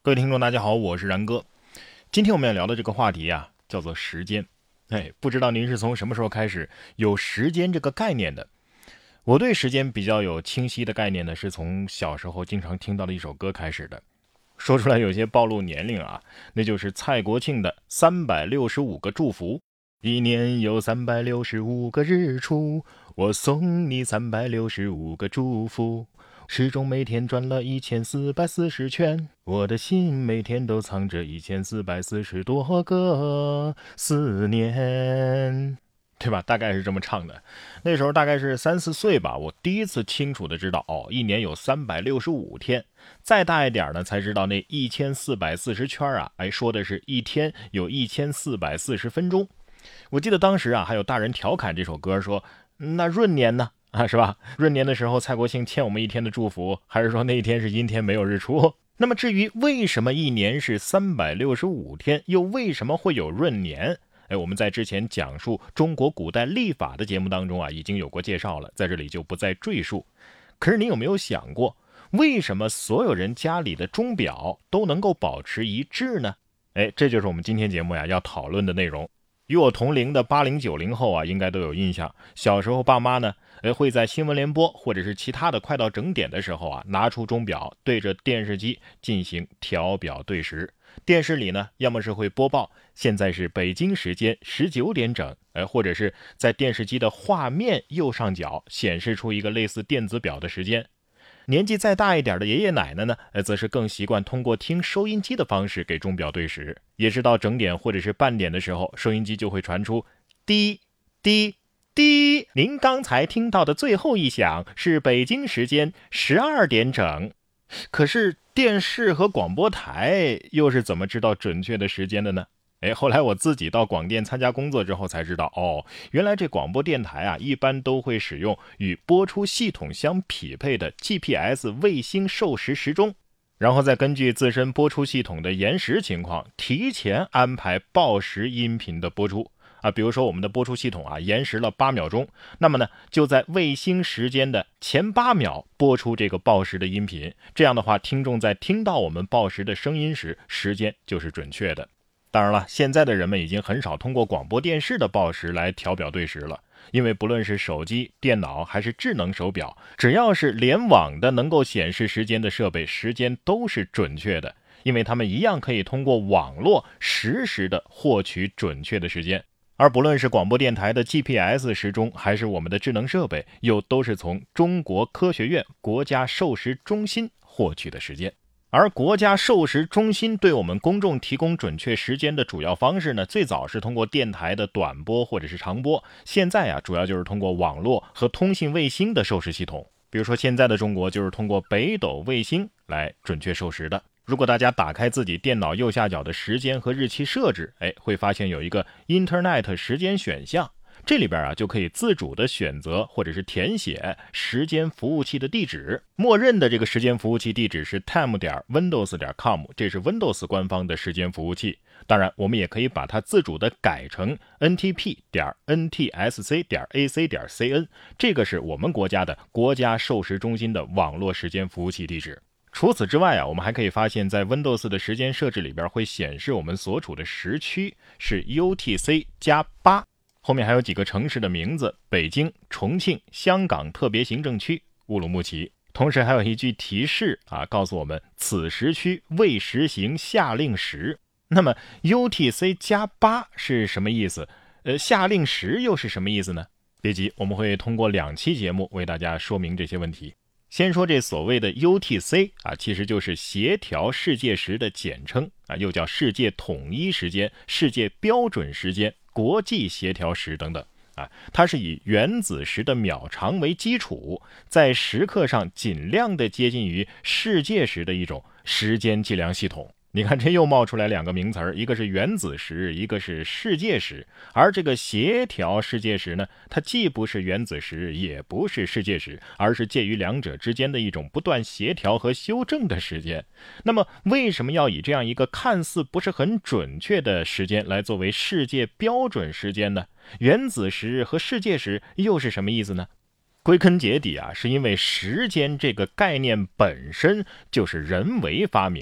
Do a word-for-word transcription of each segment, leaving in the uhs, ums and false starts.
各位听众大家好，我是然哥。今天我们要聊的这个话题啊，叫做时间。哎，不知道您是从什么时候开始有时间这个概念的？我对时间比较有清晰的概念呢，是从小时候经常听到的一首歌开始的。说出来有些暴露年龄啊，那就是蔡国庆的三百六十五个祝福。一年有三百六十五个日出，我送你三百六十五个祝福。时钟每天转了一千四百四十圈，我的心每天都藏着一千四百四十多个思念，对吧？大概是这么唱的。那时候大概是三四岁吧，我第一次清楚的知道，哦，一年有三百六十五天。再大一点呢，才知道那一千四百四十圈啊，哎，说的是一天有一千四百四十分钟。我记得当时啊，还有大人调侃这首歌说，那闰年呢？啊，是吧？闰年的时候，蔡国庆欠我们一天的祝福，还是说那一天是阴天没有日出？那么至于为什么一年是三百六十五天，又为什么会有闰年？哎，我们在之前讲述中国古代历法的节目当中啊，已经有过介绍了，在这里就不再赘述。可是你有没有想过，为什么所有人家里的钟表都能够保持一致呢？哎，这就是我们今天节目呀要讨论的内容。与我同龄的八零九零后啊，应该都有印象。小时候爸妈呢，呃，会在新闻联播或者是其他的快到整点的时候啊，拿出钟表对着电视机进行调表对时。电视里呢，要么是会播报现在是北京时间十九点整，呃，或者是在电视机的画面右上角显示出一个类似电子表的时间。年纪再大一点的爷爷奶奶呢，呃，则是更习惯通过听收音机的方式给钟表对时。也是到整点或者是半点的时候，收音机就会传出滴滴滴，您刚才听到的最后一响是北京时间十二点整。可是电视和广播台又是怎么知道准确的时间的呢？哎，后来我自己到广电参加工作之后才知道，哦，原来这广播电台啊，一般都会使用与播出系统相匹配的 G P S 卫星授时时钟，然后再根据自身播出系统的延时情况，提前安排报时音频的播出啊。比如说我们的播出系统啊，延时了八秒钟，那么呢，就在卫星时间的前八秒播出这个报时的音频。这样的话，听众在听到我们报时的声音时，时间就是准确的。当然了，现在的人们已经很少通过广播电视的报时来调表对时了，因为不论是手机、电脑还是智能手表，只要是联网的能够显示时间的设备，时间都是准确的，因为他们一样可以通过网络实时的获取准确的时间。而不论是广播电台的 G P S 时钟，还是我们的智能设备，又都是从中国科学院国家授时中心获取的时间。而国家授时中心对我们公众提供准确时间的主要方式呢，最早是通过电台的短波或者是长波，现在啊，主要就是通过网络和通信卫星的授时系统。比如说现在的中国就是通过北斗卫星来准确授时的。如果大家打开自己电脑右下角的时间和日期设置，哎，会发现有一个 Internet 时间选项，这里边啊就可以自主的选择或者是填写时间服务器的地址。默认的这个时间服务器地址是 time 点 windows 点 com， 这是 Windows 官方的时间服务器。当然我们也可以把它自主的改成 N T P 点 N T S C 点 A C 点 C N， 这个是我们国家的国家授时中心的网络时间服务器地址。除此之外啊，我们还可以发现在 Windows 的时间设置里边会显示我们所处的时区是 U T C 加八，后面还有几个城市的名字，北京、重庆、香港特别行政区、乌鲁木齐。同时还有一句提示啊，告诉我们此时区未实行夏令时。那么 U T C 加八是什么意思？呃，夏令时又是什么意思呢？别急，我们会通过两期节目为大家说明这些问题。先说这所谓的 U T C 啊，其实就是协调世界时的简称啊，又叫世界统一时间、世界标准时间、国际协调时等等啊。它是以原子时的秒长为基础，在时刻上尽量的接近于世界时的一种时间计量系统。你看这又冒出来两个名词儿，一个是原子时，一个是世界时。而这个协调世界时呢，它既不是原子时，也不是世界时，而是介于两者之间的一种不断协调和修正的时间。那么为什么要以这样一个看似不是很准确的时间来作为世界标准时间呢？原子时和世界时又是什么意思呢？归根结底啊，是因为时间这个概念本身就是人为发明的。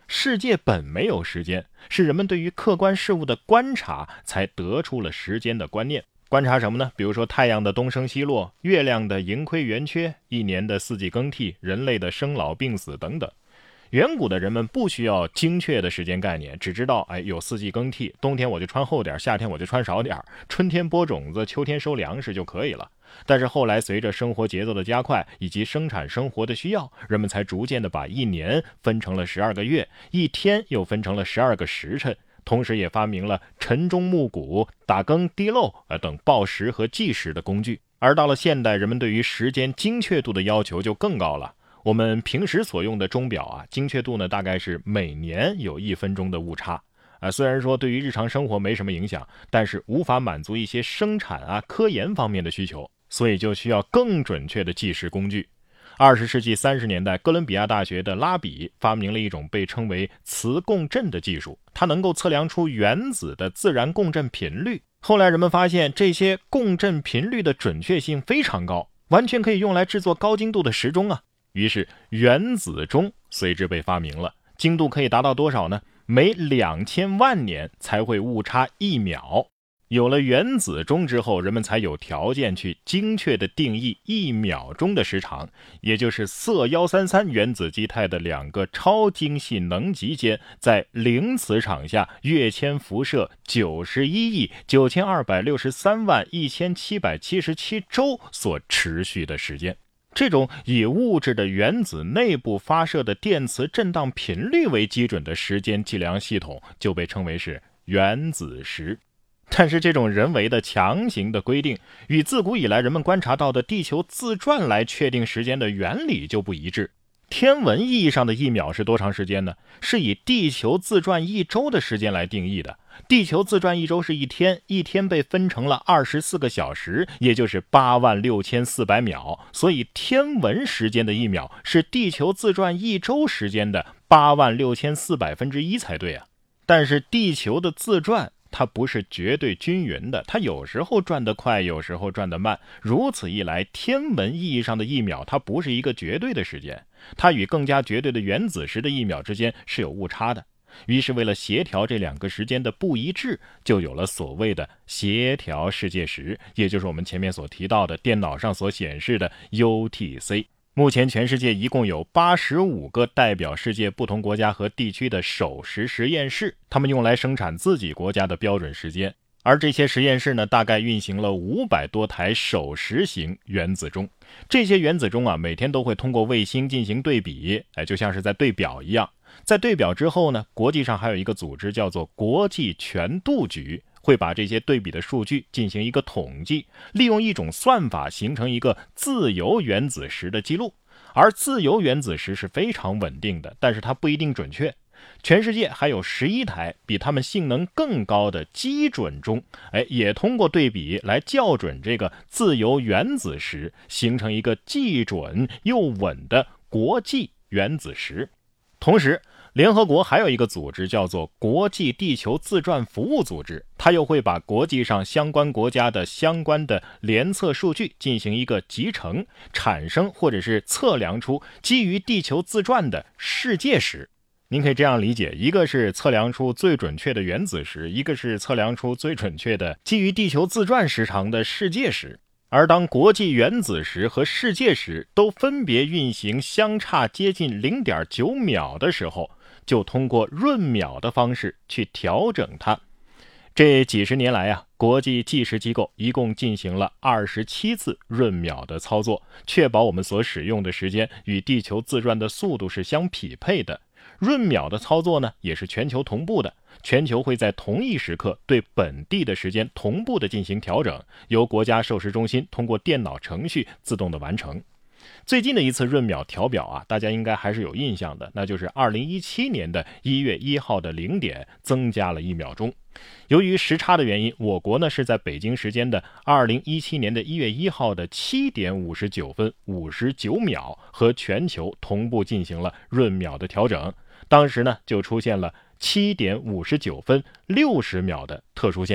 世界本没有时间，是人们对于客观事物的观察才得出了时间的观念。观察什么呢？比如说太阳的东升西落，月亮的盈亏圆缺，一年的四季更替，人类的生老病死等等。远古的人们不需要精确的时间概念，只知道哎有四季更替，冬天我就穿厚点，夏天我就穿少点，春天播种子，秋天收粮食就可以了。但是后来随着生活节奏的加快以及生产生活的需要，人们才逐渐的把一年分成了十二个月，一天又分成了十二个时辰，同时也发明了晨钟暮鼓、打更滴漏等报时和计时的工具。而到了现代，人们对于时间精确度的要求就更高了。我们平时所用的钟表啊，精确度呢大概是每年有一分钟的误差啊。虽然说对于日常生活没什么影响，但是无法满足一些生产啊、科研方面的需求，所以就需要更准确的计时工具。二十世纪三十年代，哥伦比亚大学的拉比发明了一种被称为磁共振的技术，它能够测量出原子的自然共振频率。后来人们发现这些共振频率的准确性非常高，完全可以用来制作高精度的时钟啊。于是原子钟随之被发明了，精度可以达到多少呢？每两千万年才会误差一秒。有了原子钟之后，人们才有条件去精确的定义一秒钟的时长，也就是铯一三三原子基态的两个超精细能级间在零磁场下跃迁辐射九十一亿九千二百六十三万一千七百七十七周所持续的时间。这种以物质的原子内部发射的电磁振荡频率为基准的时间计量系统就被称为是原子时。但是这种人为的强行的规定与自古以来人们观察到的地球自转来确定时间的原理就不一致。天文意义上的一秒是多长时间呢？是以地球自转一周的时间来定义的。地球自转一周是一天，一天被分成了二十四个小时，也就是八万六千四百秒，所以天文时间的一秒是地球自转一周时间的八万六千四百分之一才对啊。但是地球的自转它不是绝对均匀的，它有时候转得快，有时候转得慢。如此一来，天文意义上的一秒它不是一个绝对的时间，它与更加绝对的原子时的一秒之间是有误差的。于是为了协调这两个时间的不一致，就有了所谓的协调世界时，也就是我们前面所提到的电脑上所显示的 U T C。目前全世界一共有八十五个代表世界不同国家和地区的守时实验室，他们用来生产自己国家的标准时间。而这些实验室呢，大概运行了五百多台守时型原子钟。这些原子钟啊，每天都会通过卫星进行对比，哎，就像是在对表一样。在对表之后呢，国际上还有一个组织叫做国际全度局，会把这些对比的数据进行一个统计，利用一种算法形成一个自由原子时的记录。而自由原子时是非常稳定的，但是它不一定准确。全世界还有十一台比它们性能更高的基准钟，哎，也通过对比来校准这个自由原子时，形成一个既准又稳的国际原子时。同时联合国还有一个组织叫做国际地球自转服务组织，它又会把国际上相关国家的相关的联测数据进行一个集成，产生或者是测量出基于地球自转的世界时。您可以这样理解，一个是测量出最准确的原子时，一个是测量出最准确的基于地球自转时长的世界时。而当国际原子时和世界时都分别运行相差接近 零点九秒的时候，就通过闰秒的方式去调整它。这几十年来啊，国际计时机构一共进行了二十七次闰秒的操作，确保我们所使用的时间与地球自转的速度是相匹配的。闰秒的操作呢，也是全球同步的，全球会在同一时刻对本地的时间同步的进行调整，由国家授时中心通过电脑程序自动的完成。最近的一次闰秒调表啊，大家应该还是有印象的，那就是二零一七年的一月一号的零点增加了一秒钟。由于时差的原因，我国呢是在北京时间的二零一七年的一月一号的七点五十九分五十九秒和全球同步进行了闰秒的调整。当时呢就出现了七点五十九分六十秒的特殊现象。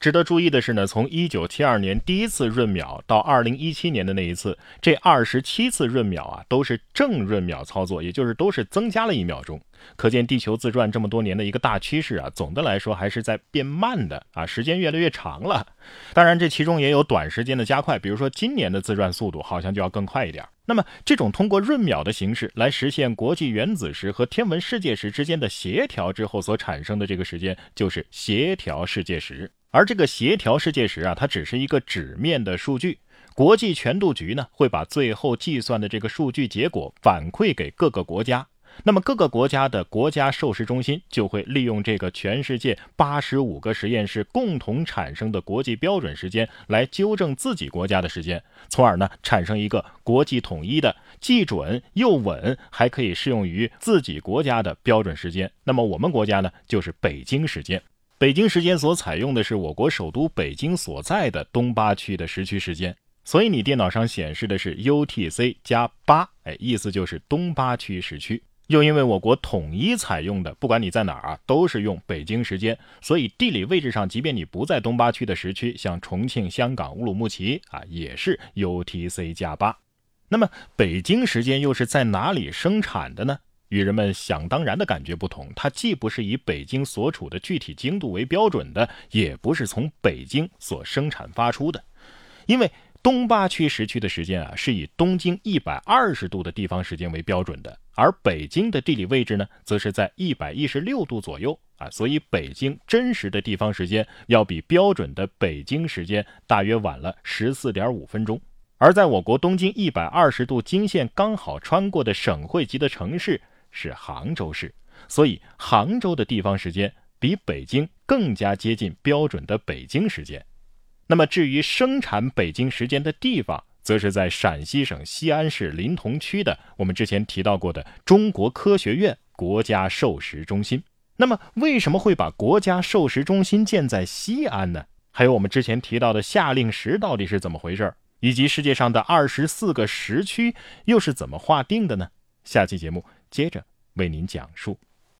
值得注意的是呢，从一九七二年第一次闰秒到二零一七年的那一次，这二十七次闰秒啊，都是正闰秒操作，也就是都是增加了一秒钟。可见地球自转这么多年的一个大趋势啊，总的来说还是在变慢的啊，时间越来越长了。当然这其中也有短时间的加快，比如说今年的自转速度好像就要更快一点。那么这种通过闰秒的形式来实现国际原子时和天文世界时之间的协调之后所产生的这个时间，就是协调世界时。而这个协调世界时啊，它只是一个纸面的数据，国际全度局呢会把最后计算的这个数据结果反馈给各个国家，那么各个国家的国家授时中心就会利用这个全世界八十五个实验室共同产生的国际标准时间来纠正自己国家的时间，从而呢产生一个国际统一的既准又稳还可以适用于自己国家的标准时间。那么我们国家呢就是北京时间。北京时间所采用的是我国首都北京所在的东八区的时区时间，所以你电脑上显示的是 U T C 加八，哎，意思就是东八区时区。又因为我国统一采用的，不管你在哪儿啊，都是用北京时间，所以地理位置上，即便你不在东八区的时区，像重庆、香港、乌鲁木齐啊，也是 U T C 加八。那么北京时间又是在哪里生产的呢？与人们想当然的感觉不同，它既不是以北京所处的具体经度为标准的，也不是从北京所生产发出的。因为东八区时区的时间啊，是以东经一百二十度的地方时间为标准的，而北京的地理位置呢，则是在一百一十六度左右啊，所以北京真实的地方时间要比标准的北京时间大约晚了 十四点五分钟。而在我国东经一百二十度经线刚好穿过的省会级的城市是杭州市，所以杭州的地方时间比北京更加接近标准的北京时间。那么至于生产北京时间的地方，则是在陕西省西安市临潼区的我们之前提到过的中国科学院国家授时中心。那么为什么会把国家授时中心建在西安呢？还有我们之前提到的夏令时到底是怎么回事，以及世界上的二十四个时区又是怎么划定的呢？下期节目接着为您讲述。